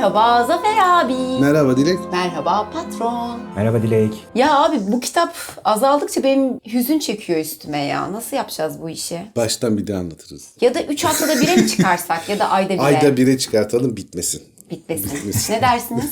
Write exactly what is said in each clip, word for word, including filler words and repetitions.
Merhaba Zafer abi. Merhaba Dilek. Merhaba patron. Merhaba Dilek. Ya abi bu kitap azaldıkça benim hüzün çekiyor üstüme ya. Nasıl yapacağız bu işi? Baştan bir daha anlatırız. Ya da üç haftada bire mi çıkarsak ya da ayda bire? Ayda bire çıkartalım, bitmesin. Bitmesin. Bitmesin. Ne dersiniz?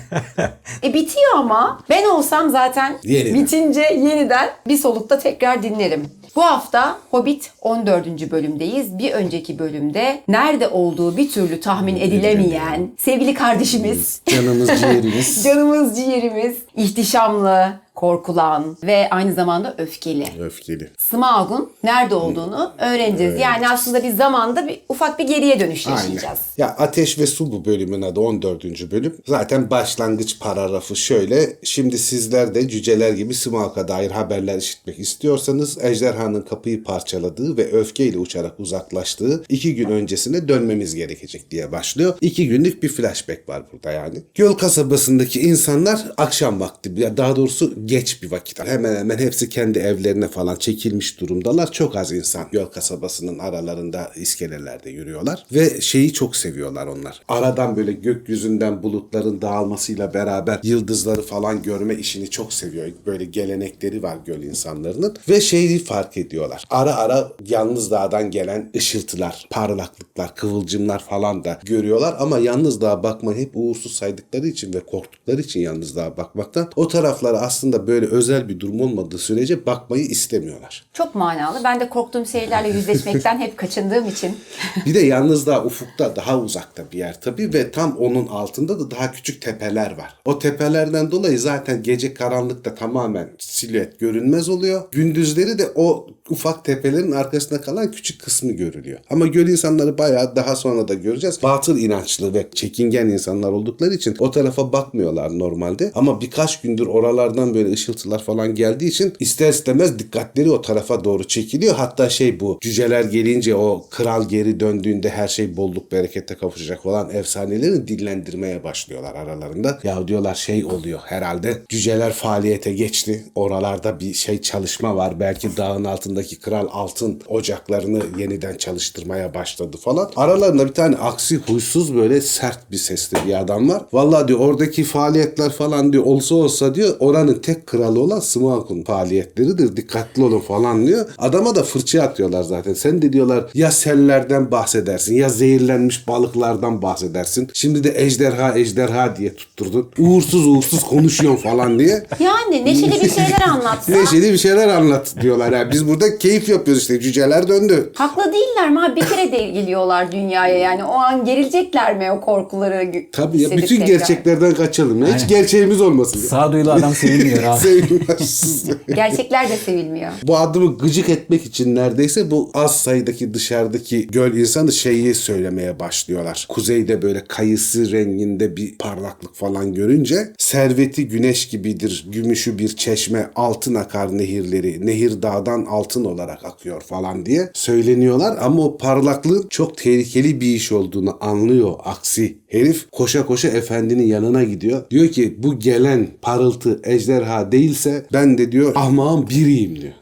e bitiyor ama ben olsam zaten Yeniden. bitince yeniden bir solukta tekrar dinlerim. Bu hafta Hobbit on dördüncü bölümdeyiz. Bir önceki bölümde nerede olduğu bir türlü tahmin edilemeyen sevgili kardeşimiz, Canımız ciğerimiz. canımız ciğerimiz, ihtişamlı, korkulan ve aynı zamanda öfkeli Öfkeli. Smaug'un nerede olduğunu öğreneceğiz. Yani aslında bir zamanda bir ufak bir geriye dönüş Aynen. yaşayacağız. Ya Ateş ve Su bu bölümün adı, on dördüncü bölüm. Zaten başlangıç paragrafı şöyle. Şimdi sizler de cüceler gibi Smaug'a dair haberler işitmek istiyorsanız ejderhanın kapıyı parçaladığı ve öfkeyle uçarak uzaklaştığı iki gün öncesine dönmemiz gerekecek diye başlıyor. İki günlük bir flashback var burada yani. Göl kasabasındaki insanlar akşam vakti, ya daha doğrusu geç bir vakit. Hemen hemen hepsi kendi evlerine falan çekilmiş durumdalar. Çok az insan göl kasabasının aralarında, iskelelerde yürüyorlar. Ve şeyi çok seviyorlar onlar. Aradan böyle gökyüzünden bulutların dağılmasıyla beraber yıldızları falan görme işini çok seviyor. Böyle gelenekleri var göl insanlarının. Ve şeyi fark ediyorlar. Ara ara Yalnız Dağ'dan gelen ışıltılar, parlaklıklar, kıvılcımlar falan da görüyorlar. Ama Yalnız Dağ'a bakmayı hep uğursuz saydıkları için ve korktukları için Yalnız Dağ'a bakmaktan o taraflara aslında böyle özel bir durum olmadığı sürece bakmayı istemiyorlar. Çok manalı. Ben de korktuğum şeylerle yüzleşmekten hep kaçındığım için. Bir de Yalnız Dağ ufukta, daha uzakta bir yer tabii ve tam onun altında da daha küçük tepeler var. O tepelerden dolayı zaten gece karanlıkta tamamen silüet görünmez oluyor. Gündüzleri de o ufak tepelerin arkasında kalan küçük kısmı görülüyor. Ama göl insanları bayağı, daha sonra da göreceğiz, batıl inançlı ve çekingen insanlar oldukları için o tarafa bakmıyorlar normalde. Ama birkaç gündür oralardan böyle ışıltılar falan geldiği için ister istemez dikkatleri o tarafa doğru çekiliyor. Hatta şey, bu cüceler gelince o kral geri döndüğünde her şey bolluk berekete kavuşacak olan efsanelerini dillendirmeye başlıyorlar aralarında. Ya diyorlar, şey oluyor herhalde, cüceler faaliyete geçti. Oralarda bir şey, çalışma var. Belki dağın altındaki kral altın ocaklarını yeniden çalıştırmaya başladı falan. Aralarında bir tane aksi, huysuz, böyle sert bir sesli bir adam var. Vallahi diyor, oradaki faaliyetler falan diyor olsa olsa diyor oranın tek kralı olan Smaug'un faaliyetleridir. Dikkatli olun falan diyor. Adama da fırça atıyorlar zaten. Sen de diyorlar ya sellerden bahsedersin ya zehirlenmiş balıklardan bahsedersin. Şimdi de ejderha ejderha diye tutturdun. Uğursuz uğursuz konuşuyorsun falan diye. Yani neşeli bir şeyler anlatsa. Neşeli bir şeyler anlat diyorlar. Yani biz burada keyif yapıyoruz işte. Cüceler döndü. Haklı değiller mi abi? Bir kere de geliyorlar dünyaya yani. O an gerilecekler mi o korkuları? Tabii ya, hissedip bütün tekrar? gerçeklerden kaçalım. Ya. Hiç Aynen. gerçeğimiz olmasın. Sağduyulu adam sevilmiyor abi. Sevmez. Gerçekler de sevilmiyor. Bu adımı gıcık etmek için neredeyse bu az sayıdaki dışarıdaki göl insanı şeyi söylemeye başlıyorlar. Kuzeyde böyle kayısı renginde bir parlaklık falan görünce serveti güneş gibidir, gümüşü bir çeşme, altın akar nehirleri, nehir dağdan altın olarak akıyor falan diye söyleniyorlar. Ama o parlaklığın çok tehlikeli bir iş olduğunu anlıyor aksi herif. Koşa koşa efendinin yanına gidiyor. Diyor ki bu gelen parıltı ejderha değilse ben de diyor ahmağın biriyim diyor.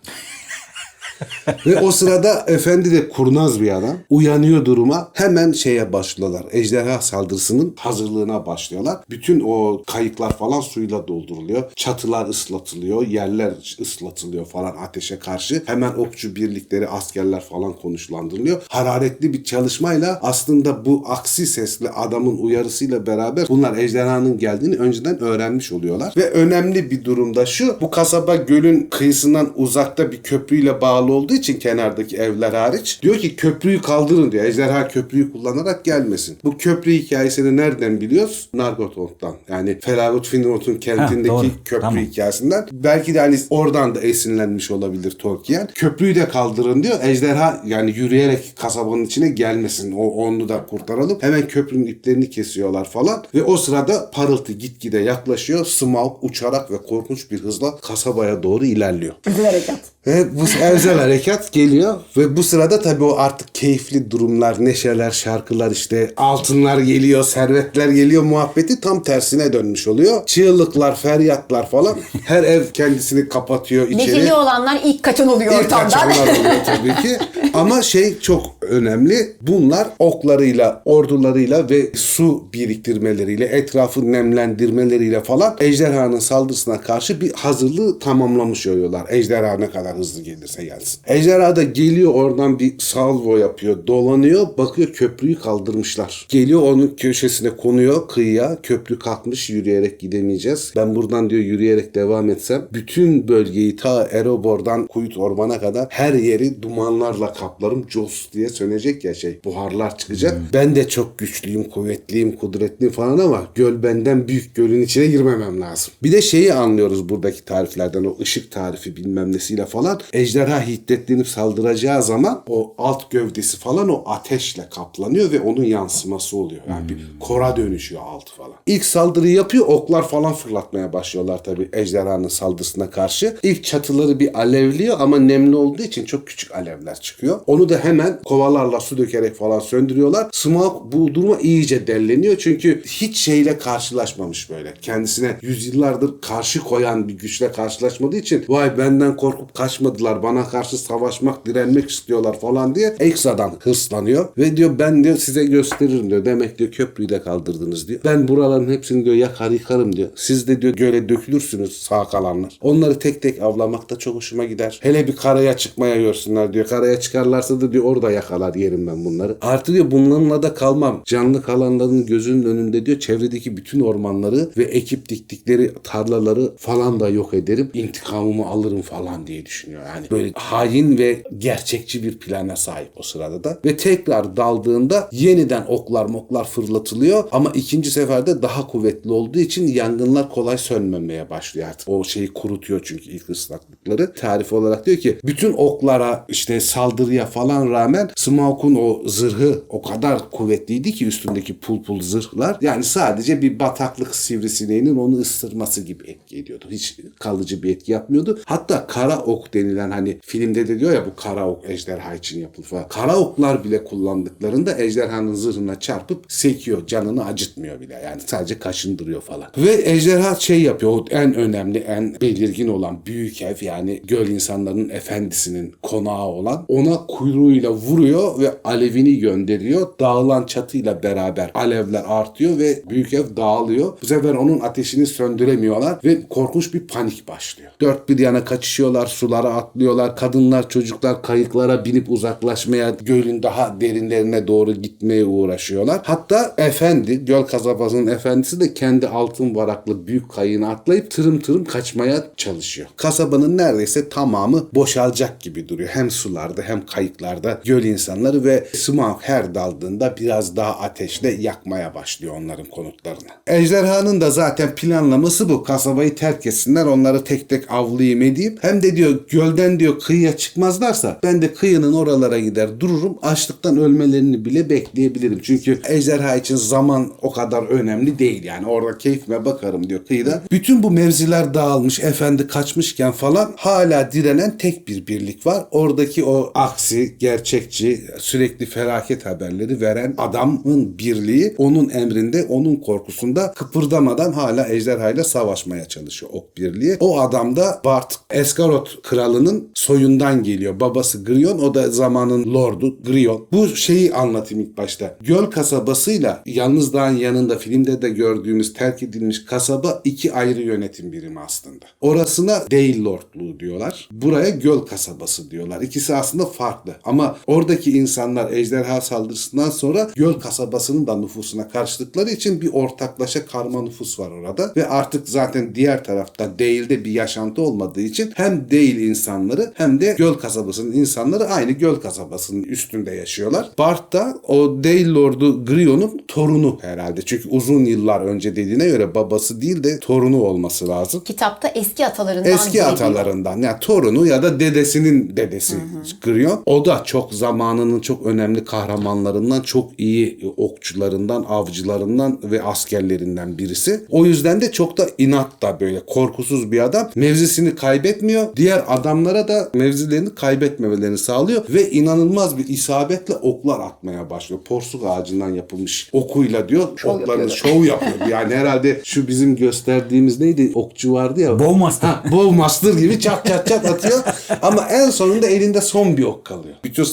Ve o sırada efendi de kurnaz bir adam. Uyanıyor duruma. Hemen şeye başlıyorlar. Ejderha saldırısının hazırlığına başlıyorlar. Bütün o kayıklar falan suyla dolduruluyor. Çatılar ıslatılıyor. Yerler ıslatılıyor falan ateşe karşı. Hemen okçu birlikleri, askerler falan konuşlandırılıyor. Hararetli bir çalışmayla aslında bu aksi sesli adamın uyarısıyla beraber bunlar ejderhanın geldiğini önceden öğrenmiş oluyorlar. Ve önemli bir durumda şu. Bu kasaba gölün kıyısından uzakta bir köprüyle bağlı olduğu için kenardaki evler hariç diyor ki köprüyü kaldırın diyor. Ejderha köprüyü kullanarak gelmesin. Bu köprü hikayesini nereden biliyoruz? Nargothrond'dan. Yani Felagot Finrod'un kentindeki Ha, doğru. köprü Tamam. hikayesinden. Belki de hani oradan da esinlenmiş olabilir Tolkien. Köprüyü de kaldırın diyor. Ejderha yani yürüyerek kasabanın içine gelmesin. O onu da kurtaralım. Hemen köprünün iplerini kesiyorlar falan. Ve o sırada parıltı gitgide yaklaşıyor. Smaug uçarak ve korkunç bir hızla kasabaya doğru ilerliyor. Hızlı harekat. Evet, bu evzel harekat geliyor ve bu sırada tabii o artık keyifli durumlar, neşeler, şarkılar, işte altınlar geliyor, servetler geliyor muhabbeti tam tersine dönmüş oluyor. Çığlıklar, feryatlar falan. Her ev kendisini kapatıyor içeri. Neşeli olanlar ilk kaçan oluyor İlk ortamdan. kaçanlar oluyor tabii ki. Ama şey çok önemli. Bunlar oklarıyla, ordularıyla ve su biriktirmeleriyle, etrafı nemlendirmeleriyle falan ejderhanın saldırısına karşı bir hazırlığı tamamlamış oluyorlar. Ejderha ne kadar hızlı gelirse gelsin. Ejderha da geliyor, oradan bir salvo yapıyor, dolanıyor, bakıyor köprüyü kaldırmışlar. Geliyor onun köşesine konuyor, kıyıya. Köprü kalkmış, yürüyerek gidemeyeceğiz. Ben buradan diyor yürüyerek devam etsem bütün bölgeyi ta Erebor'dan Kuyut Orman'a kadar her yeri dumanlarla kaplarım. Jos diye sönecek ya şey. Buharlar çıkacak. Hmm. Ben de çok güçlüyüm, kuvvetliyim, kudretliyim falan ama göl benden büyük. Gölün içine girmemem lazım. Bir de şeyi anlıyoruz buradaki tariflerden, o ışık tarifi bilmem nesiyle falan. Ejderha hiddetlenip saldıracağı zaman o alt gövdesi falan o ateşle kaplanıyor ve onun yansıması oluyor. Yani bir kora dönüşüyor altı falan. İlk saldırıyı yapıyor, oklar falan fırlatmaya başlıyorlar tabii ejderhanın saldırısına karşı. İlk çatıları bir alevliyor ama nemli olduğu için çok küçük alevler çıkıyor. Onu da hemen kovalarla su dökerek falan söndürüyorlar. Smaug bu duruma iyice delleniyor çünkü hiç şeyle karşılaşmamış böyle. Kendisine yüzyıllardır karşı koyan bir güçle karşılaşmadığı için vay benden korkup kaçmadılar, bana karşı savaşmak, direnmek istiyorlar falan diye ekstradan hırslanıyor ve diyor ben diyor size gösteririm diyor. Demek diyor köprüyü de kaldırdınız diyor. Ben buraların hepsini diyor yakar yıkarım diyor. Siz de diyor göle dökülürsünüz sağ kalanlar. Onları tek tek avlamak da çok hoşuma gider. Hele bir karaya çıkmaya görsünler diyor. Karaya çıkarlarsa da diyor orada yakalar yerim ben bunları. Artı diyor bunlarla da kalmam. Canlı kalanların gözünün önünde diyor çevredeki bütün ormanları ve ekip diktikleri tarlaları falan da yok ederim. İntikamımı alırım falan diye düşünüyor. Yani böyle hain ve gerçekçi bir plana sahip o sırada da. Ve tekrar daldığında yeniden oklar moklar fırlatılıyor ama ikinci seferde daha kuvvetli olduğu için yangınlar kolay sönmemeye başlıyor artık. O şeyi kurutuyor çünkü ilk ıslaklıkları. Tarif olarak diyor ki bütün oklara işte saldırıya falan rağmen Smaug'un o zırhı o kadar kuvvetliydi ki üstündeki pul pul zırhlar yani sadece bir bataklık sivrisineğinin onu ısırması gibi etki ediyordu. Hiç kalıcı bir etki yapmıyordu. Hatta kara ok denilen hani filmde de diyor ya bu kara ok ejderha için yapıldı falan. Kara oklar bile kullandıklarında ejderhanın zırhına çarpıp sekiyor. Canını acıtmıyor bile. Yani sadece kaşındırıyor falan. Ve ejderha şey yapıyor. O en önemli, en belirgin olan büyük ev yani göl insanların efendisinin konağı olan ona kuyruğuyla vuruyor ve alevini gönderiyor. Dağılan çatıyla beraber alevler artıyor ve büyük ev dağılıyor. Bu sefer onun ateşini söndüremiyorlar ve korkunç bir panik başlıyor. Dört bir yana kaçışıyorlar, sulara atlıyorlar. Kadınlar, çocuklar kayıklara binip uzaklaşmaya, gölün daha derinlerine doğru gitmeye uğraşıyorlar. Hatta efendi, göl kasabasının efendisi de kendi altın varaklı büyük kayığına atlayıp tırım tırım kaçmaya çalışıyor. Kasabanın neredeyse tamamı boşalacak gibi duruyor. Hem sularda hem kayıklarda göl insanları ve Smaug her daldığında biraz daha ateşle yakmaya başlıyor onların konutlarını. Ejderhanın da zaten planlaması bu. Kasabayı terk etsinler, onları tek tek avlayayım edeyim. Hem de diyor gölden diyor kıyıya çıkmazlarsa ben de kıyının oralara gider dururum. Açlıktan ölmelerini bile bekleyebilirim. Çünkü ejderha için zaman o kadar önemli değil. Yani orada keyfime bakarım diyor kıyıda. Bütün bu mevziler dağılmış, efendi kaçmışken falan hala direnen tek bir birlik var. Oradaki o aksi, gerçekçi, sürekli felaket haberleri veren adamın birliği onun emrinde, onun korkusunda kıpırdamadan hala ejderhayla savaşmaya çalışıyor ok birliği. O adam da Bart Eskarot kralının soyundan geliyor. Babası Grion, o da zamanın lordu Grion. Bu şeyi anlatayım ilk başta. Göl kasabasıyla Yalnız Dağın yanında filmde de gördüğümüz terk edilmiş kasaba iki ayrı yönetim birimi aslında. Orasına Dale Lordluğu diyorlar. Buraya göl kasabası diyorlar. İkisi aslında farklı. Ama oradaki insanlar ejderha saldırısından sonra göl kasabasının da nüfusuna karşılıkları için bir ortaklaşa karma nüfus var orada. Ve artık zaten diğer tarafta Dale'de bir yaşantı olmadığı için hem Dale insanları hem de göl kasabasının insanları aynı göl kasabasının üstünde yaşıyorlar. Bart da o Dale Lord'u Grion'un torunu herhalde. Çünkü uzun yıllar önce dediğine göre babası değil de torunu olması lazım. Kitapta eski atalarından Eski biri atalarından. Yani torunu ya da dedesinin dedesi Grion. O da çok zamanının çok önemli kahramanlarından, çok iyi okçularından, avcılarından ve askerlerinden birisi. O yüzden de çok da inat da böyle korkusuz bir adam. Mevzisini kaybetmiyor. Diğer adamlara da mevzilerini kaybetmemelerini sağlıyor ve inanılmaz bir isabetle oklar atmaya başlıyor. Porsuk ağacından yapılmış okuyla diyor. Şov oklarını yapıyordu. şov yapıyor. Yani herhalde şu bizim gösterdiğimiz neydi? Okçu vardı ya. Bowmaster. Ha, Bowmaster gibi çat çat çat atıyor. Ama en sonunda elinde son bir ok kalıyor. Bütün sadağını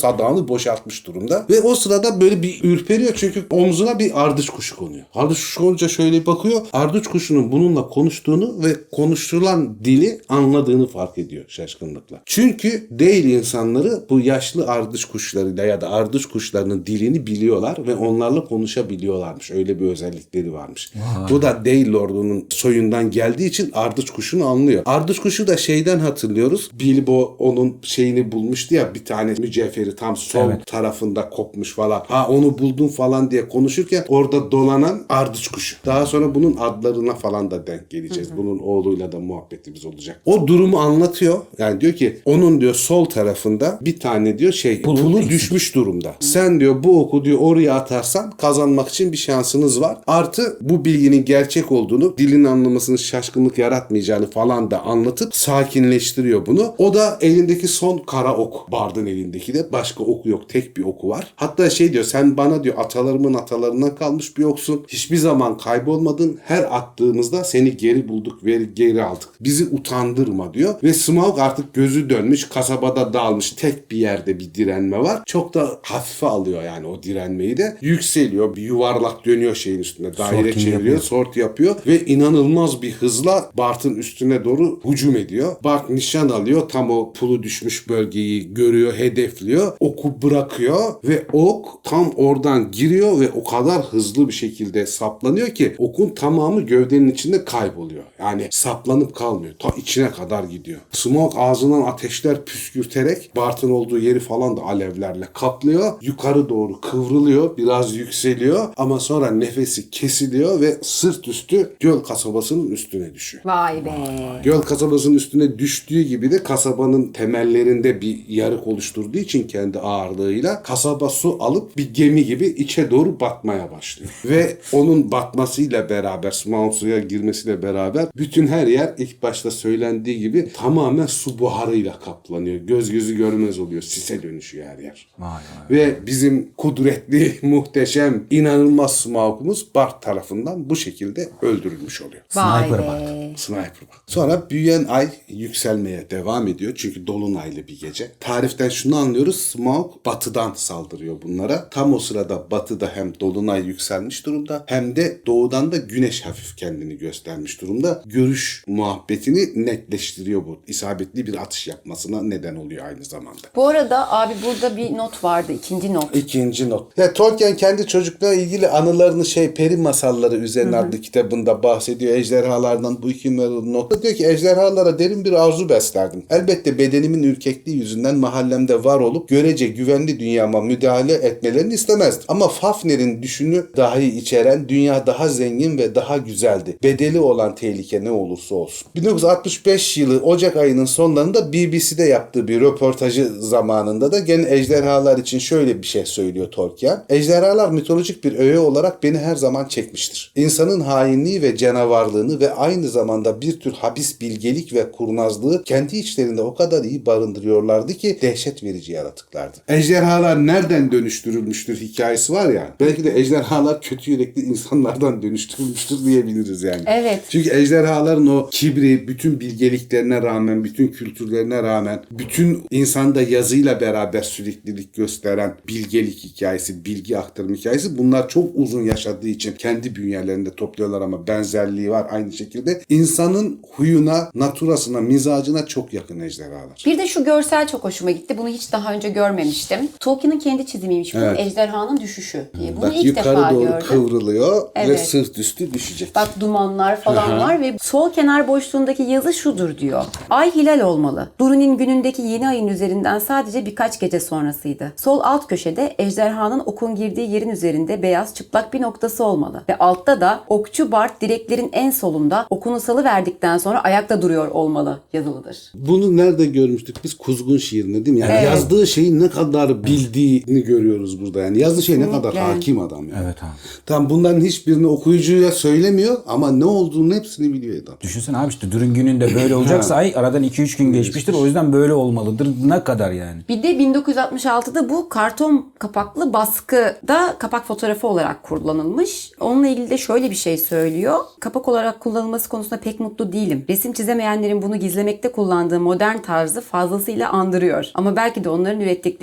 ağzını boşaltmış durumda. Ve o sırada böyle bir ürperiyor çünkü omzuna bir ardıç kuşu konuyor. Ardıç kuşu konunca şöyle bir bakıyor. Ardıç kuşunun bununla konuştuğunu ve konuşulan dili anladığını fark ediyor şaşkınlıkla. Çünkü değil insanları bu yaşlı ardıç kuşlarıyla ya da ardıç kuşlarının dilini biliyorlar ve onlarla konuşabiliyorlarmış. Öyle bir özellikleri varmış. Vay. Bu da değil lordunun soyundan geldiği için ardıç kuşunu anlıyor. Ardıç kuşu da şeyden hatırlıyoruz. Bilbo onun şeyini bulmuştu ya, bir tane mücevheri tam sol evet. tarafında kopmuş falan. Ha onu buldum falan diye konuşurken orada dolanan ardıç kuşu. Daha sonra bunun adlarına falan da denk geleceğiz. Hı hı. Bunun oğluyla da muhabbetimiz olacak. O durumu anlatıyor. Yani diyor ki onun diyor sol tarafında bir tane diyor şey pulu, pulu düşmüş durumda. Hı. Sen diyor bu oku diyor oraya atarsan kazanmak için bir şansınız var. Artı bu bilginin gerçek olduğunu, dilin anlamasının şaşkınlık yaratmayacağını falan da anlatıp sakinleştiriyor bunu. O da elindeki son kara ok. Bardın elindeki de başka oku yok. Tek bir oku var. Hatta şey diyor, sen bana diyor atalarımın atalarından kalmış bir oksun. Hiçbir zaman kaybolmadın. Her attığımızda seni geri bulduk ve geri aldık. Bizi utandırma diyor. Ve Smaug artık gözü dönmüş. Kasabada dağılmış. Tek bir yerde bir direnme var. Çok da hafife alıyor yani o direnmeyi de. Yükseliyor. Bir yuvarlak dönüyor şeyin üstünde. Daire Sorting çeviriyor. Yapıyor. Sort yapıyor. Ve inanılmaz bir hızla Bart'ın üstüne doğru hücum ediyor. Bart nişan alıyor. Tam o pulu düşmüş bölgeyi görüyor. Hedefliyor. Oku bırakıyor. Ve ok tam oradan giriyor ve o kadar hızlı bir şekilde saplanıyor ki okun tamamı gövdenin içinde kayboluyor. Yani saplanıp kalmıyor. Ta içine kadar gidiyor. Smaug ağzından ateşler püskürterek Bart'ın olduğu yeri falan da alevlerle kaplıyor. Yukarı doğru kıvrılıyor. Biraz yükseliyor. Ama sonra nefesi kesiliyor ve sırt üstü göl kasabasının üstüne düşüyor. Vay be. Göl kasabasının üstüne düştüğü gibi de kasabanın temellerinde bir yarık oluşturduğu için kendi ağırlığıyla kasaba su alıp bir gemi gibi içe doğru batmaya başlıyor. Ve onun batmasıyla beraber, Smaug suya girmesiyle beraber bütün her yer ilk başta söylendiği gibi tamamen su buharıyla kaplanıyor. Göz gözü görmez oluyor. Sise dönüşüyor her yer. Vay vay. Ve bizim kudretli, muhteşem, inanılmaz Smaug'umuz Bart tarafından bu şekilde öldürülmüş oluyor. Vay Sniper be. bak. Sniper bak. Sonra büyüyen ay yükselmeye devam ediyor. Çünkü dolunaylı bir gece. Tariften şunu anlıyoruz. Smaug batıdan saldırıyor bunlara. Tam o sırada batıda hem dolunay yükselmiş durumda hem de doğudan da güneş hafif kendini göstermiş durumda. Görüş muhabbetini netleştiriyor bu. İsabetli bir atış yapmasına neden oluyor aynı zamanda. Bu arada abi burada bir not vardı. İkinci not. İkinci not. Ya Tolkien kendi çocukluğuyla ilgili anılarını şey peri masalları üzerine adlı kitabında bahsediyor. Ejderhalardan bu iki notta diyor ki ejderhalara derin bir arzu beslerdim. Elbette bedenimin ürkekliği yüzünden mahallemde var olup görece güvenli dünyama müdahale etmelerini istemezdim. Ama Fafner'in düşünü dahi içeren dünya daha zengin ve daha güzeldi. Bedeli olan tehlike ne olursa olsun. bin dokuz yüz altmış beş yılı Ocak ayının sonlarında B B C'de yaptığı bir röportajı zamanında da gene ejderhalar için şöyle bir şey söylüyor Tolkien. Ejderhalar mitolojik bir öğe olarak beni her zaman çekmiştir. İnsanın hainliği ve canavarlığını ve aynı zamanda bir tür habis bilgelik ve kurnazlığı kendi içlerinde o kadar iyi barındırıyorlardı ki dehşet verici yaratıklardı. Ejderhalar nereden dönüştürülmüştür hikayesi var ya. Belki de ejderhalar kötü yürekli insanlardan dönüştürülmüştür diyebiliriz yani. Evet. Çünkü ejderhaların o kibri, bütün bilgeliklerine rağmen, bütün kültürlerine rağmen, bütün insanda yazıyla beraber süreklilik gösteren bilgelik hikayesi, bilgi aktarım hikayesi, bunlar çok uzun yaşadığı için kendi bünyelerinde topluyorlar ama benzerliği var aynı şekilde. İnsanın huyuna, naturasına, mizacına çok yakın ejderhalar. Bir de şu görsel çok hoşuma gitti. Bunu hiç daha önce görmemiştim. Tolkien'in kendi çizimiymiş bu. Evet. Ejderhanın düşüşü diye. Bunu Bak, ilk yukarı defa doğru gördüm. kıvrılıyor Evet. ve sırt üstü düşecek. Bak dumanlar falan Hı-hı. var ve sol kenar boşluğundaki yazı şudur diyor. Ay hilal olmalı. Durin'in günündeki yeni ayın üzerinden sadece birkaç gece sonrasıydı. Sol alt köşede ejderhanın okun girdiği yerin üzerinde beyaz çıplak bir noktası olmalı. Ve altta da okçu Bart direklerin en solunda okunu salıverdikten sonra ayakta duruyor olmalı yazılıdır. Bunu nerede görmüştük biz? Kuzgun şiirinde değil mi? Yani Evet. yazdığı şeyi ne kadar bildiğini görüyoruz burada. Yani yazdığı şey ne kadar hakim adam yani. Evet abi. Tam bunların hiçbirini okuyucuya söylemiyor ama ne olduğunu hepsini biliyor adam. Düşünsene abi işte Durin gününde böyle olacaksa ay aradan iki üç gün geçmiştir. O yüzden böyle olmalıdır. Ne kadar yani. Bir de bin dokuz yüz altmış altıda bu karton kapaklı baskıda kapak fotoğrafı olarak kullanılmış. Onunla ilgili de şöyle bir şey söylüyor. Kapak olarak kullanılması konusunda pek mutlu değilim. Resim çizemeyenlerin bunu gizlemekte kullandığı modern tarzı fazlasıyla andırıyor. Ama belki de onların ürettikleri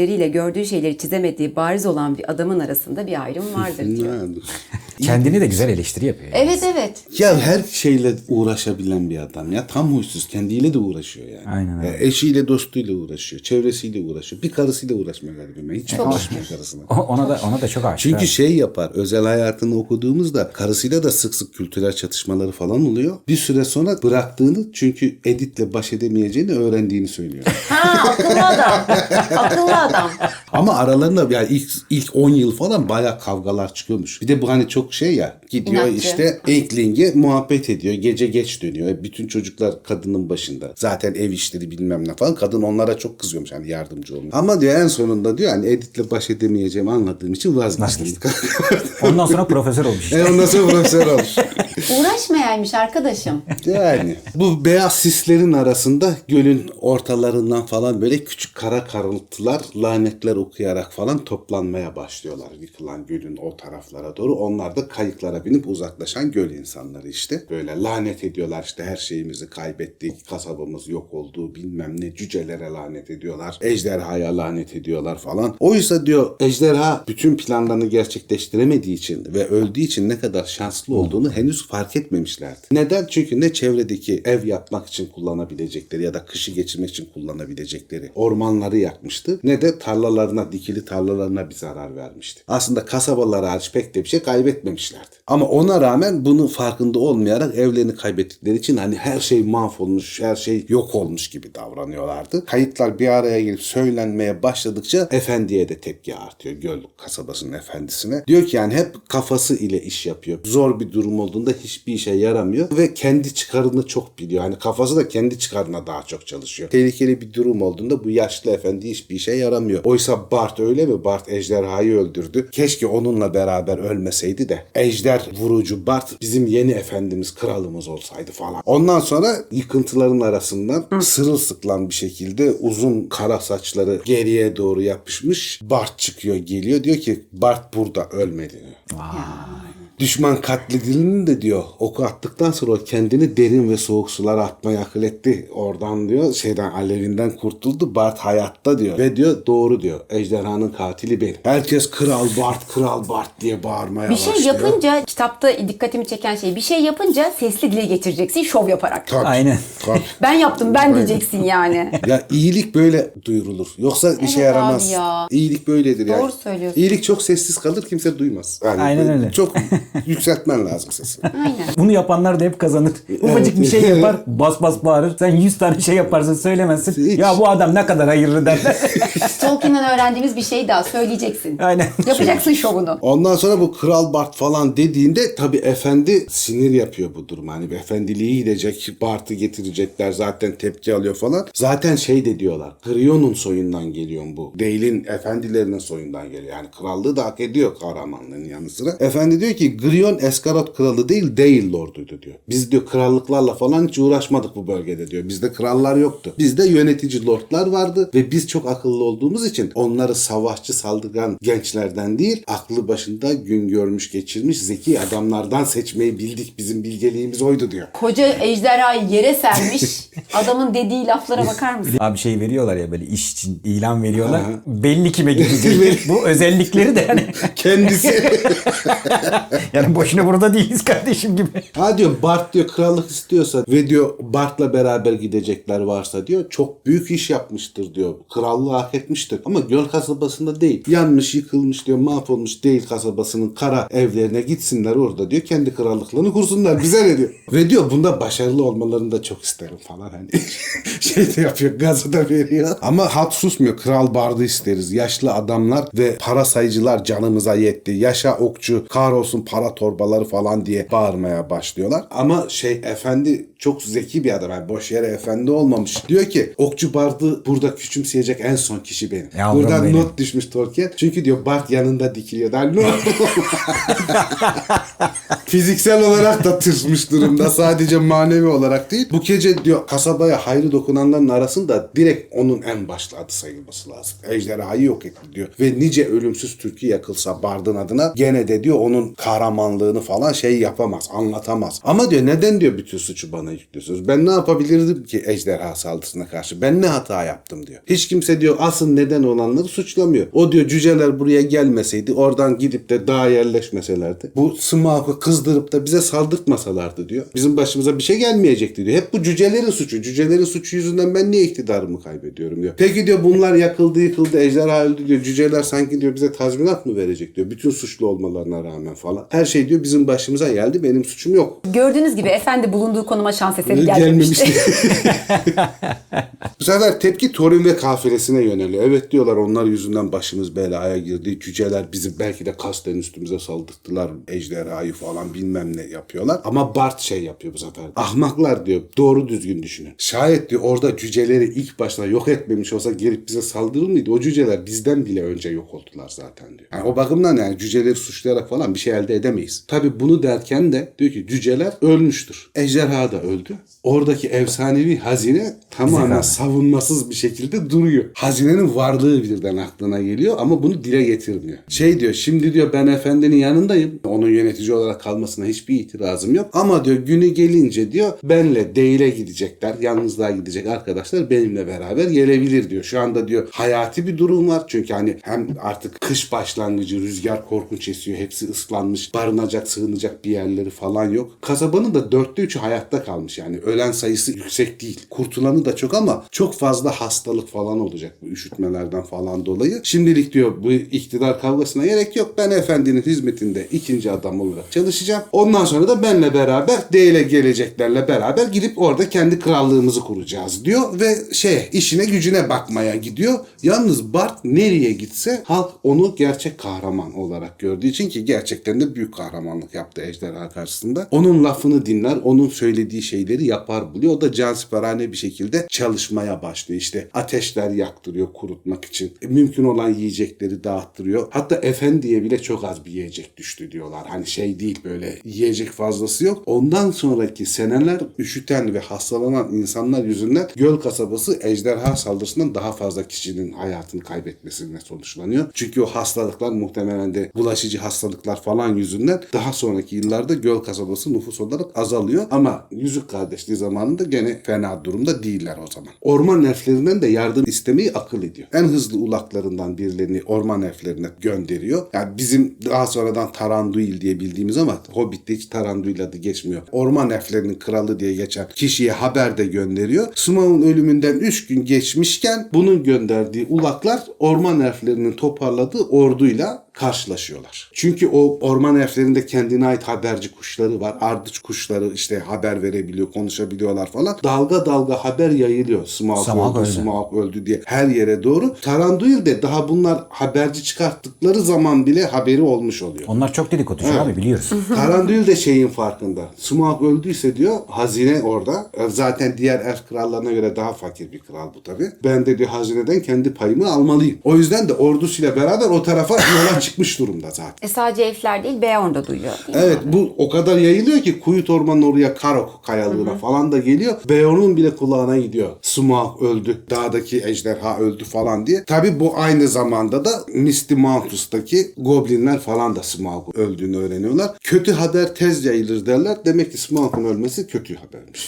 gözleriyle gördüğü şeyleri çizemediği bariz olan bir adamın arasında bir ayrım vardır diyor. Kendini de güzel eleştiri yapıyor. Yani. Evet evet. Ya her şeyle uğraşabilen bir adam ya. Tam huysuz. Kendiyle de uğraşıyor yani. Aynen öyle. Ya eşiyle, dostuyla uğraşıyor. Çevresiyle uğraşıyor. Bir karısıyla uğraşmıyor galiba. Hiç uğraşmıyor karısına. O- Ona da ona da çok aşık. Çünkü abi. şey yapar, özel hayatını okuduğumuzda karısıyla da sık sık kültürel çatışmaları falan oluyor. Bir süre sonra bıraktığını, çünkü Edith'le baş edemeyeceğini öğrendiğini söylüyor. Ha, akıllı adam. Akıllı adam. Ama aralarında yani ilk ilk on yıl falan bayağı kavgalar çıkıyormuş. Bir de bu hani çok şey ya, gidiyor İnatçı. işte Inkling'e muhabbet ediyor. Gece geç dönüyor. E, Bütün çocuklar kadının başında. Zaten ev işleri bilmem ne falan. Kadın onlara çok kızıyormuş hani yardımcı olmuyor. Ama diyor en sonunda diyor hani Edith'le baş edemeyeceğimi anladığım için vazgeçtim. Ondan sonra profesör olmuş işte. e ondan sonra profesör olmuş. Uğraşmayaymış arkadaşım. Yani bu beyaz sislerin arasında gölün ortalarından falan böyle küçük kara karıntılar lanetler okuyarak falan toplanmaya başlıyorlar. Yıkılan gölün o taraflara doğru. Onlar da kayıklara binip uzaklaşan göl insanları işte. Böyle lanet ediyorlar işte her şeyimizi kaybettik, kasabamız yok oldu, bilmem ne, cücelere lanet ediyorlar. Ejderhaya lanet ediyorlar falan. Oysa diyor ejderha bütün planlarını gerçekleştiremediği için ve öldüğü için ne kadar şanslı olduğunu henüz fark etmemişlerdi. Neden? Çünkü ne çevredeki ev yapmak için kullanabilecekleri ya da kışı geçirmek için kullanabilecekleri ormanları yakmıştı. Ne de tarlalarına, dikili tarlalarına bir zarar vermişti. Aslında kasabalar hariç pek de bir şey kaybetmemişlerdi. Ama ona rağmen bunun farkında olmayarak evlerini kaybettikleri için hani her şey mahvolmuş, her şey yok olmuş gibi davranıyorlardı. Kayıtlar bir araya gelip söylenmeye başladıkça efendiye de tepki artıyor. Göl kasabasının efendisine. Diyor ki yani hep kafası ile iş yapıyor. Zor bir durum olduğunda hiçbir işe yaramıyor ve kendi çıkarını çok biliyor. Hani kafası da kendi çıkarına daha çok çalışıyor. Tehlikeli bir durum olduğunda bu yaşlı efendi hiçbir işe yaramıyor. Oysa Bart öyle mi? Bart ejderhayı öldürdü. Keşke onunla beraber ölmeseydi de ejder vurucu Bart bizim yeni efendimiz, kralımız olsaydı falan. Ondan sonra yıkıntıların arasından sırılsıklam bir şekilde uzun kara saçları geriye doğru yapışmış Bart çıkıyor, geliyor. Diyor ki Bart burada ölmedi. Düşman katledilini de diyor oku attıktan sonra o kendini derin ve soğuk sulara atmayı akıl etti. Oradan diyor şeyden alevinden kurtuldu. Bart hayatta diyor. Ve diyor doğru diyor. Ejderhanın katili benim. Herkes kral Bart, kral Bart diye bağırmaya Bir başlıyor. şey yapınca kitapta dikkatimi çeken şey bir şey yapınca sesli dile getireceksin şov yaparak. Tabii, Aynen. tabii. Ben yaptım ben diyeceksin yani. Ya iyilik böyle duyurulur. Yoksa işe Evet yaramaz. abi ya. İyilik böyledir yani. Doğru söylüyorsun. İyilik çok sessiz kalır, kimse duymaz. Yani Aynen böyle öyle. Çok yükseltmen lazım sesini. Aynen. Bunu yapanlar da hep kazanır. Ufacık bir şey yapar, bas bas bağırır. Sen yüz tane şey yaparsın, söylemezsin. Hiç. Ya bu adam ne kadar hayırlı derler. Tolkien'den öğrendiğimiz bir şey daha söyleyeceksin. Aynen. Yapacaksın şovunu. Ondan sonra bu Kral Bart falan dediğinde tabii efendi sinir yapıyor bu durum. Hani efendiliği gidecek, Bart'ı getirecekler, zaten tepki alıyor falan. Zaten şey de diyorlar. Grion'un soyundan geliyor bu. Dale'in efendilerinin soyundan geliyor. Yani krallığı da hak ediyor kahramanlığın yanı sıra. Efendi diyor ki Grion Eskarot kralı değil Dale lorduydu diyor. Biz diyor krallıklarla falan hiç uğraşmadık bu bölgede diyor. Bizde krallar yoktu. Bizde yönetici lordlar vardı ve biz çok akıllı olduğumuz için onları savaşçı saldırgan gençlerden değil, aklı başında gün görmüş geçirmiş zeki adamlardan seçmeyi bildik. Bizim bilgeliğimiz oydu diyor. Koca ejderhayı yere sermiş. Adamın dediği laflara bakar mısın? Abi şey veriyorlar ya böyle iş için ilan veriyorlar. Belli kime gidecek. Bu özellikleri de yani. Kendisi. Yani boşuna burada değiliz kardeşim gibi. Ha diyor Bart diyor krallık istiyorsa ve diyor Bart'la beraber gidecekler varsa diyor çok büyük iş yapmıştır diyor. Krallığı hak etmiştir. Ama göl kasabasında değil. Yanmış, yıkılmış diyor, mahvolmuş değil kasabasının kara evlerine gitsinler orada diyor. Kendi krallıklarını kursunlar. Bize ne diyor. Ve diyor bunda başarılı olmalarını da çok isterim falan hani. Şey de yapıyor, gazı da veriyor. Ama halk susmuyor. Kral Bard'ı isteriz. Yaşlı adamlar ve para sayıcılar canımıza yetti. Yaşa okçu, kahrolsun para torbaları falan diye bağırmaya başlıyorlar. Ama şey efendi çok zeki bir adam. Yani boş yere efendi olmamış. Diyor ki okçu Bard'ı burada küçümseyecek en son kişi benim. Yavrum Buradan benim. not düşmüş Tolkien. Çünkü diyor Bard yanında dikiliyor. Der, no. Fiziksel olarak da tırsmış durumda. Sadece manevi olarak değil. Bu gece diyor kasabaya hayrı dokunanların arasında direkt onun en başlı adı sayılması lazım. Ejderhayı yok etti diyor. Ve nice ölümsüz türkü yakılsa Bard'ın adına gene de diyor onun kahramanı kahramanlığını falan şey yapamaz, anlatamaz. Ama diyor neden diyor bütün suçu bana yüklüyorsunuz? Ben ne yapabilirdim ki ejderha saldırısına karşı? Ben ne hata yaptım diyor. Hiç kimse diyor asıl neden olanları suçlamıyor. O diyor cüceler buraya gelmeseydi, oradan gidip de dağa yerleşmeselerdi, bu Smaug'u kızdırıp da bize saldırtmasalardı diyor, bizim başımıza bir şey gelmeyecekti diyor. Hep bu cücelerin suçu. Cücelerin suçu yüzünden ben niye iktidarımı kaybediyorum diyor. Peki diyor bunlar yakıldı yıkıldı, ejderha öldü diyor. Cüceler sanki diyor bize tazminat mı verecek diyor. Bütün suçlu olmalarına rağmen falan. Her şey diyor bizim başımıza geldi. Benim suçum yok. Gördüğünüz gibi efendi bulunduğu konuma şans eseri gelmemişti. Bu sefer tepki Thorin ve kafilesine yöneliyor. Evet diyorlar onlar yüzünden başımız belaya girdi. Cüceler bizi belki de kasten üstümüze saldırttılar. Ejderhayı falan bilmem ne yapıyorlar. Ama Bart şey yapıyor bu sefer. Ahmaklar diyor. Doğru düzgün düşünün. Şayet diyor orada cüceleri ilk başta yok etmemiş olsa gelip bize saldırır mıydı? O cüceler bizden bile önce yok oldular zaten diyor. Yani o bakımdan yani cüceleri suçlayarak falan bir şey elde edemeyiz. Tabi bunu derken de diyor ki cüceler ölmüştür. Ejderha da öldü. Oradaki efsanevi hazine tamamen savunmasız bir şekilde duruyor. Hazinenin varlığı birden aklına geliyor ama bunu dile getirmiyor. Şey diyor şimdi diyor ben efendinin yanındayım. Onun yönetici olarak kalmasına hiçbir itirazım yok. Ama diyor günü gelince diyor benle Değil'e gidecekler. Yalnızlığa gidecek arkadaşlar benimle beraber gelebilir diyor. Şu anda diyor hayati bir durum var. Çünkü hani hem artık kış başlangıcı, rüzgar korkunç esiyor. Hepsi ıslanmış. Barınacak, sığınacak bir yerleri falan yok. Kasabanın da dörtte üçü hayatta kalmış yani. Ölen sayısı yüksek değil. Kurtulanı da çok ama çok fazla hastalık falan olacak bu üşütmelerden falan dolayı. Şimdilik diyor bu iktidar kavgasına gerek yok. Ben efendinin hizmetinde ikinci adam olarak çalışacağım. Ondan sonra da benle beraber Değil'e geleceklerle beraber gidip orada kendi krallığımızı kuracağız diyor ve şey işine gücüne bakmaya gidiyor. Yalnız Bart nereye gitse halk onu gerçek kahraman olarak gördüğü için ki gerçekten de büyük kahramanlık yaptı ejderha karşısında. Onun lafını dinler, onun söylediği şeyleri yapar buluyor. O da cansiperane bir şekilde çalışmaya başlıyor. İşte ateşler yaktırıyor kurutmak için. E, mümkün olan yiyecekleri dağıttırıyor. Hatta efendiye bile çok az bir yiyecek düştü diyorlar. Hani şey değil böyle yiyecek fazlası yok. Ondan sonraki seneler üşüten ve hastalanan insanlar yüzünden göl kasabası ejderha saldırısından daha fazla kişinin hayatını kaybetmesine sonuçlanıyor. Çünkü o hastalıklar muhtemelen de bulaşıcı hastalıklar falan yüzünden daha sonraki yıllarda göl kasabası nüfus olarak azalıyor. Ama Yüzük Kardeşliği zamanında gene fena durumda değiller o zaman. Orman elflerinden de yardım istemeyi akıl ediyor. En hızlı ulaklarından birilerini orman elflerine gönderiyor. Yani bizim daha sonradan Taranduil diye bildiğimiz ama Hobbit'te hiç Taranduil adı geçmiyor. Orman elflerinin kralı diye geçen kişiye haber de gönderiyor. Smaug'un ölümünden üç gün geçmişken bunun gönderdiği ulaklar orman elflerinin toparladığı orduyla karşılaşıyorlar. Çünkü o orman elflerinde kendine ait haberci kuşları var. Ardıç kuşları işte haber verebiliyor, konuşabiliyorlar falan. Dalga dalga haber yayılıyor. Smaug, Smaug öldü, öldü. Smaug öldü diye her yere doğru. Taranduil de daha bunlar haberci çıkarttıkları zaman bile haberi olmuş oluyor. Onlar çok dedikoducu Evet. abi biliyoruz. Taranduil de şeyin farkında. Smaug öldüyse diyor hazine orada. Zaten diğer elf krallarına göre daha fakir bir kral bu tabi. Ben de diyor hazineden kendi payımı almalıyım. O yüzden de ordusuyla beraber o tarafa yola çıkmış durumda zaten. E sadece elfler değil Beorn da duyuyor. Değil mi Evet abi? bu o kadar yayılıyor ki Kuyut Ormanı'nın oraya Karok kayalığına falan da geliyor. Beorn'un bile kulağına gidiyor. Smaug öldü. Dağdaki ejderha öldü falan diye. Tabi bu aynı zamanda da Misty Mountain's'taki goblinler falan da Smaug'un öldüğünü öğreniyorlar. Kötü haber tez yayılır derler. Demek ki Smaug'un ölmesi kötü habermiş.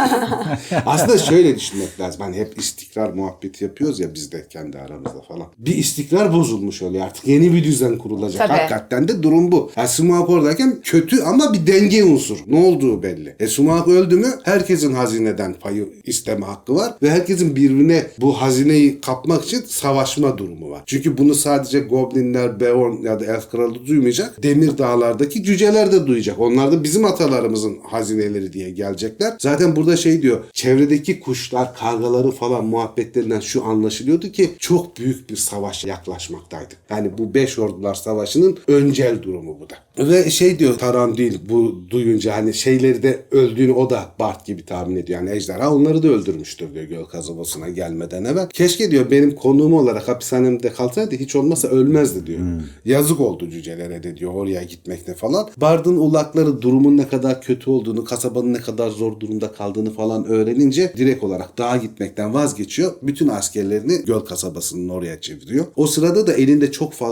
Aslında şöyle düşünmek lazım. Hani hep istikrar muhabbeti yapıyoruz ya biz de kendi aramızda falan. Bir istikrar bozulmuş oluyor artık. Yeni bir düzen kurulacak. Tabii. Hakikaten de durum bu. Yani Smaug oradayken kötü ama bir denge unsuru. Ne olduğu belli. E Smaug öldü mü herkesin hazineden payı isteme hakkı var ve herkesin birbirine bu hazineyi kapmak için savaşma durumu var. Çünkü bunu sadece goblinler, Beorn ya da elf kralı duymayacak. Demir dağlardaki cüceler de duyacak. Onlar da bizim atalarımızın hazineleri diye gelecekler. Zaten burada şey diyor. Çevredeki kuşlar, kargaları falan muhabbetlerinden şu anlaşılıyordu ki çok büyük bir savaş yaklaşmaktaydı. Yani bu beş ordular savaşının öncel durumu bu da. Ve şey diyor Taranduil bu duyunca hani şeyleri de öldüğünü o da Bart gibi tahmin ediyor. Yani ejderha onları da öldürmüştür diyor göl kasabasına gelmeden evvel. Keşke diyor benim konuğum olarak hapishanemde kalsaydı hiç olmazsa ölmezdi diyor. Hmm. Yazık oldu cücelere de diyor oraya gitmekte falan. Bard'ın ulakları durumun ne kadar kötü olduğunu, kasabanın ne kadar zor durumda kaldığını falan öğrenince direkt olarak dağa gitmekten vazgeçiyor. Bütün askerlerini göl kasabasının oraya çeviriyor. O sırada da elinde çok fazla sayıda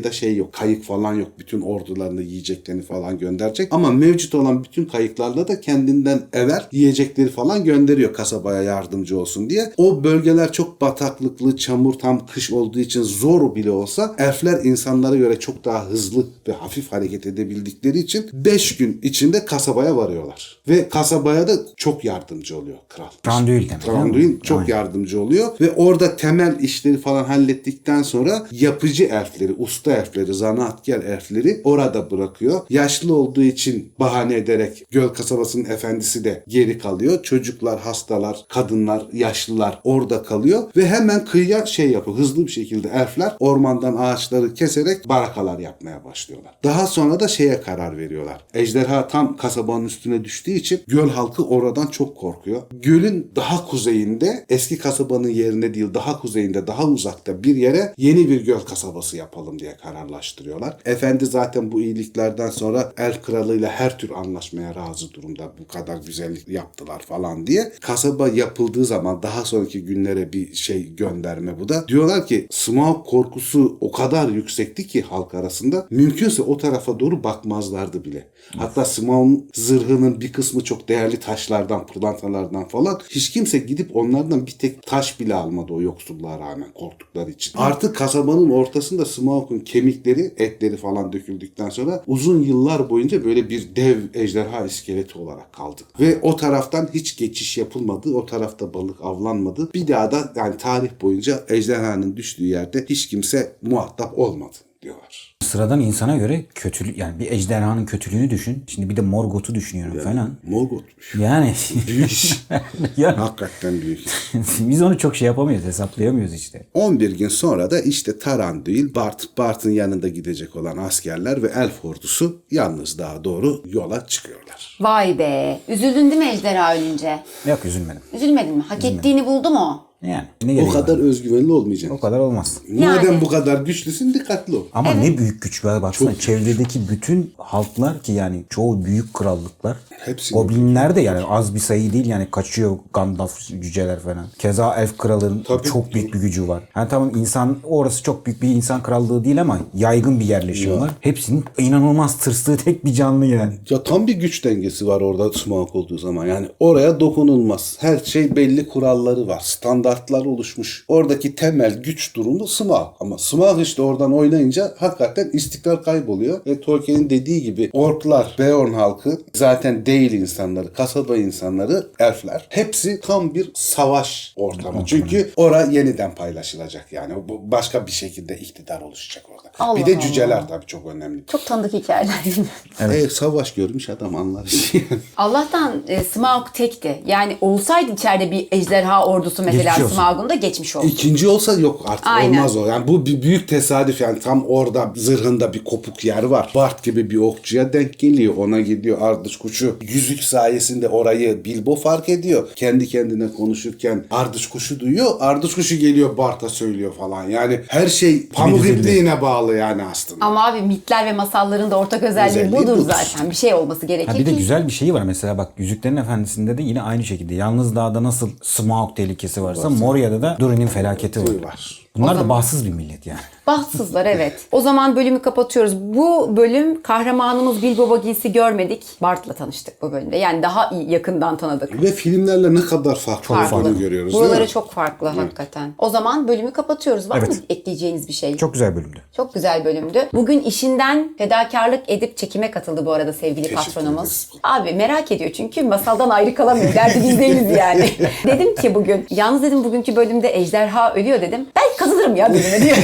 başta şey yok. Kayık falan yok. Bütün ordularını, yiyeceklerini falan gönderecek. Ama mevcut olan bütün kayıklarla da kendinden evvel yiyecekleri falan gönderiyor kasabaya yardımcı olsun diye. O bölgeler çok bataklıklı, çamur, tam kış olduğu için zor bile olsa elfler insanlara göre çok daha hızlı ve hafif hareket edebildikleri için beş gün içinde kasabaya varıyorlar. Ve kasabaya da çok yardımcı oluyor kral. Thranduil demek. Thranduil çok Aynen. yardımcı oluyor ve orada temel işleri falan hallettikten sonra yapıcı elfleri, usta elfleri, zanaatkar elfleri orada bırakıyor. Yaşlı olduğu için bahane ederek göl kasabasının efendisi de geri kalıyor. Çocuklar, hastalar, kadınlar, yaşlılar orada kalıyor ve hemen kıyıya şey yapıyor. Hızlı bir şekilde elfler ormandan ağaçları keserek barakalar yapmaya başlıyorlar. Daha sonra da şeye karar veriyorlar. Ejderha tam kasabanın üstüne düştüğü için göl halkı oradan çok korkuyor. Gölün daha kuzeyinde, eski kasabanın yerine değil daha kuzeyinde, daha uzakta bir yere yeni bir göl kasabası yapalım diye kararlaştırıyorlar. Efendi zaten bu iyiliklerden sonra Elf kralıyla her tür anlaşmaya razı durumda. Bu kadar güzellik yaptılar falan diye. Kasaba yapıldığı zaman daha sonraki günlere bir şey gönderme bu da. Diyorlar ki Smaug korkusu o kadar yüksekti ki halk arasında mümkünse o tarafa doğru bakmazlardı bile. Hatta Smaug'un zırhının bir kısmı çok değerli taşlardan, pırlantalardan falan. Hiç kimse gidip onlardan bir tek taş bile almadı o yoksulluğa rağmen korktukları için. Artık kasabanın ortasında Smaug'un kemikleri, etleri falan döküldükten sonra uzun yıllar boyunca böyle bir dev ejderha iskeleti olarak kaldı. Ve o taraftan hiç geçiş yapılmadı. O tarafta balık avlanmadı. Bir daha da yani tarih boyunca ejderhanın düştüğü yerde hiç kimse muhatap olmadı diyorlar. Sıradan insana göre kötülük, yani bir ejderhanın kötülüğünü düşün. Şimdi bir de Morgoth'u düşünüyorum Yani, falan. Morgoth'muş. Yani Büyük iş. ya, Hakikaten büyük iş. biz onu çok şey yapamıyoruz, hesaplayamıyoruz işte. on bir gün sonra da işte Thranduil, Bart, Bart'ın yanında gidecek olan askerler ve elf ordusu yalnız daha doğru yola çıkıyorlar. Vay be. Üzüldün değil mi ejderha ölünce? Yok, üzülmedim. Üzülmedin mi? Hak ettiğini buldu mu? Yani ne O gereği kadar var? özgüvenli olmayacaksın. O kadar olmaz. Madem Yani. bu kadar güçlüsün dikkatli ol. Ama ne büyük güç var baksana, çevredeki bütün halklar ki yani çoğu büyük krallıklar. Hepsi Goblinler de yani az bir sayı değil, yani kaçıyor Gandalf cüceler falan. Keza elf kralının Tabii. çok büyük bir gücü var. Yani tamam, insan orası çok büyük bir insan krallığı değil ama yaygın bir yerleşim var. Hepsinin inanılmaz tırstığı tek bir canlı yani. Ya tam bir güç dengesi var orada Smaug olduğu zaman. Yani oraya dokunulmaz. Her şey belli kuralları var. Standartlar oluşmuş. Oradaki temel güç durumu Smaug. Ama Smaug işte oradan oynayınca hakikaten istikrar kayboluyor. Ve Tolkien'in dediği gibi orklar, Beorn halkı, zaten değil insanları, kasaba insanları, elfler. Hepsi tam bir savaş ortamı. Çünkü ora yeniden paylaşılacak yani. Bu başka bir şekilde iktidar oluşacak orada. Allah bir de Allah. cüceler tabii çok önemli. Çok tanıdık hikayeler değil mi? Evet. E, savaş görmüş adam anlar işi. Allah'tan e, Smaug tekti. Yani olsaydı içeride bir ejderha ordusu mesela Geçmiş olsun. Smaug'un da geçmiş oldu. İkinci olsa yok artık Aynen. olmaz o. Yani bu bir büyük tesadüf yani tam orada zırhında bir kopuk yer var. Bart gibi bir okçuya denk geliyor. Ona gidiyor ardış kuşu. Yüzük sayesinde orayı Bilbo fark ediyor. Kendi kendine konuşurken ardış kuşu duyuyor. Ardış kuşu geliyor Bart'a söylüyor falan. Yani her şey pamuk düzeldi. ipliğine bağlı yani aslında. Ama abi mitler ve masalların da ortak özelliği Özelliği budur budur. zaten. Bir şey olması gerekir Ha bir de ki. güzel bir şeyi var mesela, bak Yüzüklerin Efendisi'nde de yine aynı şekilde. Yalnız Dağ'da nasıl Smaug tehlikesi varsa Moria'da da Durin'in felaketi var. var. Bunlar da bahtsız bir millet yani. Bahtsızlar evet. O zaman bölümü kapatıyoruz. Bu bölüm kahramanımız Bilbo Baggins'i görmedik. Bart'la tanıştık bu bölümde. Yani daha iyi yakından tanıdık. Ve filmlerle ne kadar farklı olduğunu görüyoruz değil Buraları mi? çok farklı hakikaten. O zaman bölümü kapatıyoruz. Var Evet. mı ekleyeceğiniz bir şey? Çok güzel bölümdü. Çok güzel bölümdü. Bugün işinden fedakarlık edip çekime katıldı bu arada sevgili Teşekkür patronumuz. ederiz. Abi merak ediyor çünkü masaldan ayrı kalamıyor. Derdi biz değiliz yani. Dedim ki bugün, yalnız dedim bugünkü bölümde ejderha ölüyor dedim. Ben kazanırım ya bölüme diyor.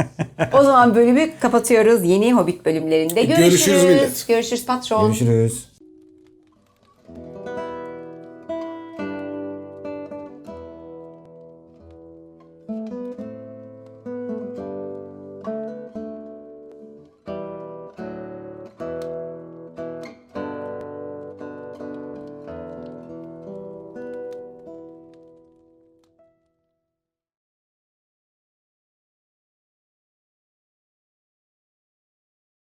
O zaman bölümü kapatıyoruz. Yeni Hobbit bölümlerinde görüşürüz. Görüşürüz millet. Görüşürüz patron. Görüşürüz.